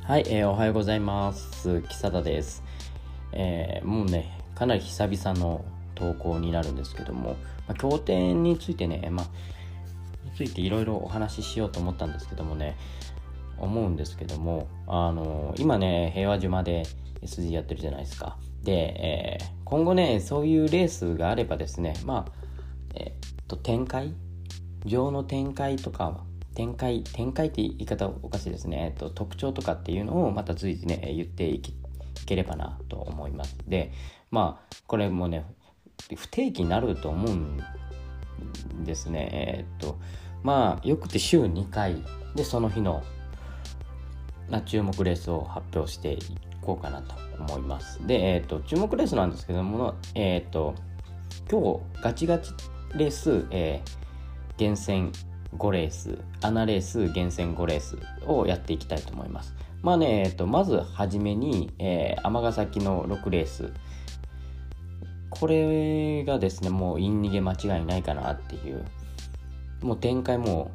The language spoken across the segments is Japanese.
はい、おはようございます。木貞です。もうね、かなり久々の投稿になるんですけども、経典についてね、についていろいろお話ししようと思ったんですけどもね、思うんですけども、今ね、平和島で SG やってるじゃないですか。で、今後ね、そういうレースがあればですね、展開上の展開とか、展開って言い方おかしいですね、特徴とかっていうのをまた随時ね言っていければなと思います。で、これもね不定期になると思うんですね。よくて週2回でその日の注目レースを発表していこうかなと思います。で、注目レースなんですけども、今日ガチガチレース、厳選5レース、アナレース、厳選5レースをやっていきたいと思います。まずはじめに、尼崎の6レース、これがですね、もうイン逃げ間違いないかなっていう、もう展開も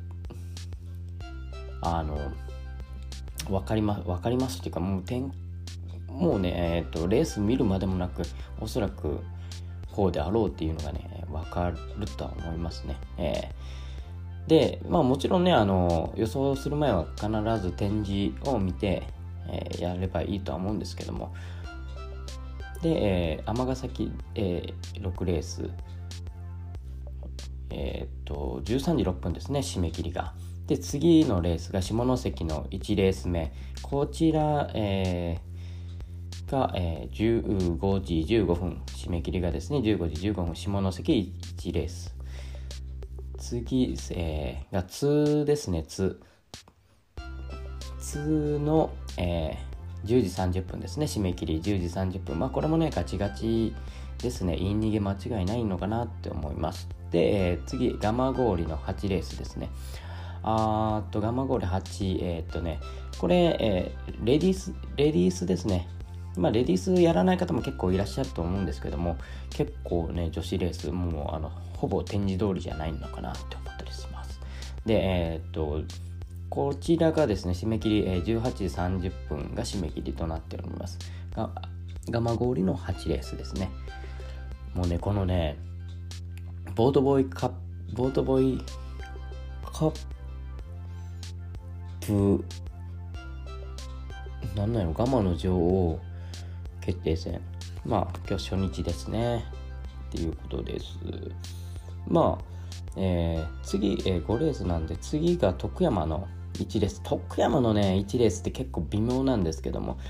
分かりますっていうか、もうね、レース見るまでもなく、おそらくこうであろうっていうのがね分かるとは思いますね。で、もちろんね、予想する前は必ず展示を見て、やればいいとは思うんですけども、で、尼崎、6レース、13時6分ですね、締め切りが。で、次のレースが下関の1レース目、こちら、が、15時15分、締め切りがですね15時15分、下関1レース。次、が2ですね。2の、10時30分ですね。締め切り10時30分。これもねガチガチですね。イン逃げ間違いないのかなって思います。で、次蒲郡の8レースですね。蒲郡8、これ、レディースですね。レディースやらない方も結構いらっしゃると思うんですけども、結構ね女子レースもうほぼ展示通りじゃないのかなって思ったりします。で、こちらがですね締め切り、18時30分が締め切りとなっておりますが、蒲郡の8レースですね。もうね、このねボートボーイカップなんなんやろ、ガマの女王決定戦、今日初日ですねっていうことです。次、5レースなんで、次が徳山の1レース。徳山のね1レースって結構微妙なんですけども、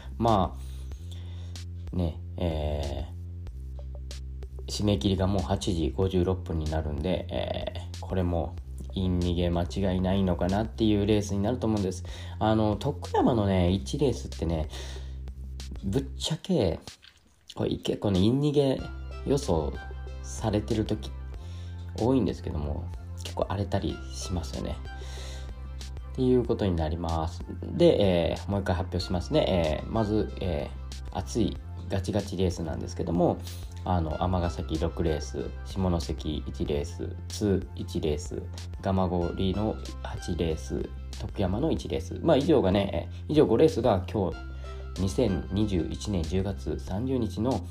締め切りがもう8時56分になるんで、これもイン逃げ間違いないのかなっていうレースになると思うんです。徳山のね1レースってね、ぶっちゃけこれ結構ねイン逃げ予想されてる時多いんですけども、結構荒れたりしますよねっていうことになります。で、もう一回発表しますね。まず、熱いガチガチレースなんですけども、尼崎6レース、下関1レース、1レース、蒲郡の8レース、徳山の1レース、以上5レースが今日2021年10月30日の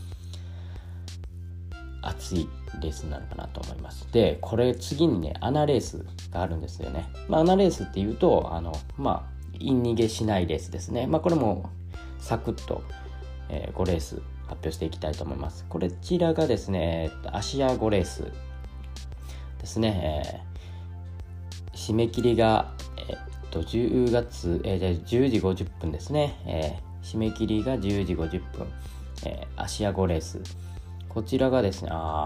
熱いレースになるかなと思います。で、これ次にねアナレースがあるんですよね。アナレースっていうとイン逃げしないレースですね。これもサクッと、5レース発表していきたいと思います。こちらがですね芦屋5レースですね。締め切りが、10時50分ですね。締め切りが10時50分、芦屋5レース、こちらがですね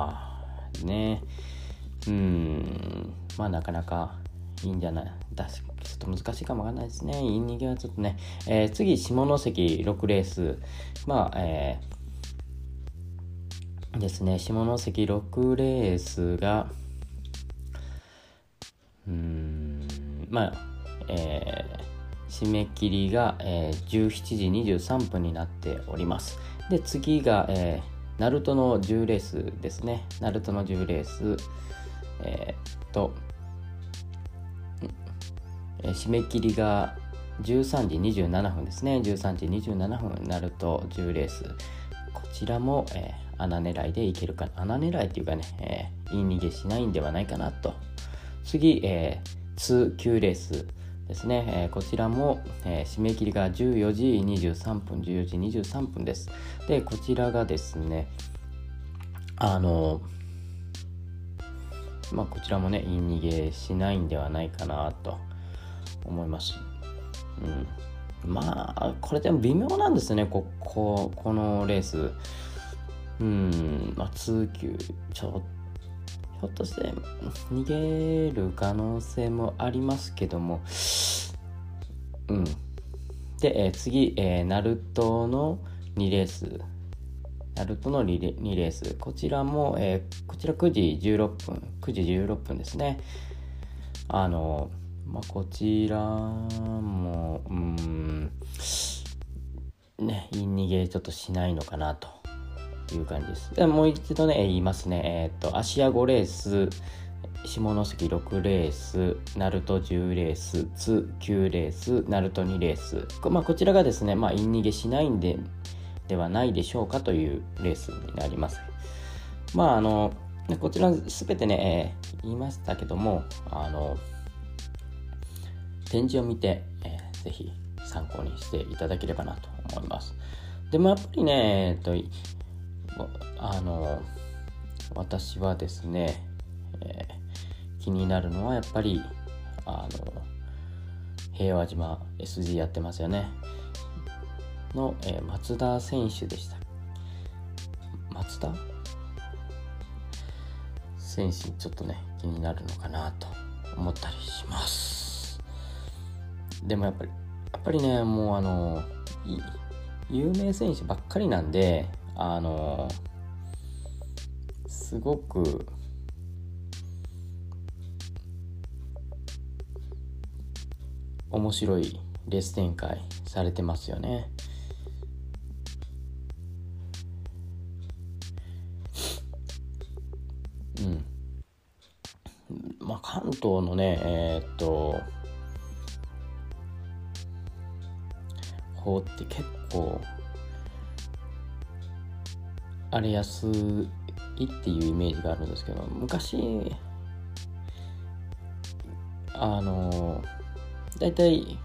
なかなかいいんじゃないだし、ちょっと難しいかもわかんないですね。イン逃げはちょっとね、次下関6レース、ですね、下関6レースが締め切りが、17時23分になっております。で、次が、ナルトの10レースですね。ナルトの10レース、締め切りが 13時27分ですね。13時27分になると10レース。こちらも、穴狙いでいけるかな。穴狙いっていうかね、言い逃げしないんではないかなと。次、9レースですね。こちらも、締め切りが14時23分、14時23分です。で、こちらがですね、こちらもね、言い逃げしないんではないかなと思います。これでも微妙なんですね、このレース。2級ひょっとして逃げる可能性もありますけども、で、次、ナルトの2レース、2レース、こちらも、こちら9時16分ですね。こちらも言い逃げちょっとしないのかなという感じです。でもう一度ね、言いますね。芦屋5レース、下関6レース、ナルト10レース、津9レース、ナルト2レース。こちらがですね、言い逃げしないんではないでしょうかというレースになります。こちらすべてね、言いましたけども、展示を見て、ぜひ参考にしていただければなと思います。でもやっぱりね、私はですね、気になるのはやっぱり平和島 SG やってますよねの、松田選手でした。松田選手ちょっとね気になるのかなと思ったりします。でもやっぱりね、もう有名選手ばっかりなんで、すごく面白いレース展開されてますよね。関東のね方って結構荒れやすいっていうイメージがあるんですけど、昔だいたい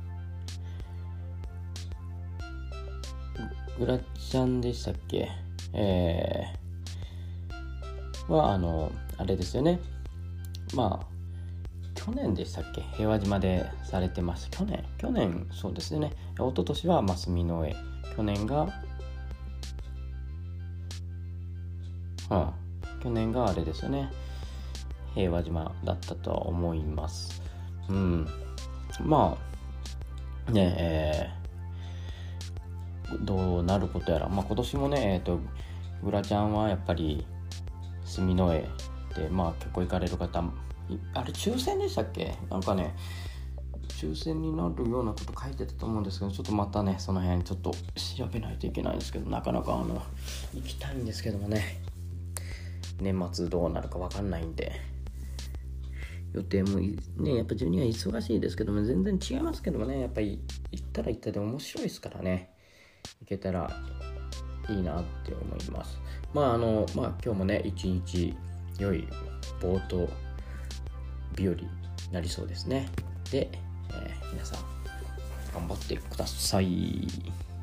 グラちゃんでしたっけ、あれですよね。去年でしたっけ、平和島でされてました。去年そうですね。一昨年は住之江、去年があれですよね、平和島だったとは思います。どうなることやら。今年もねグラちゃんはやっぱり住之江で結構行かれる方、あれ抽選でしたっけ、抽選になるようなこと書いてたと思うんですけど、ちょっとまたねその辺ちょっと調べないといけないんですけど、なかなか行きたいんですけどもね、年末どうなるか分かんないんで、予定もねやっぱ12は忙しいですけども、全然違いますけどもね、やっぱり行ったら行ったで面白いですからね、行けたらいいなって思います。今日もね一日良いボート日和になりそうですね。で、皆さん頑張ってください。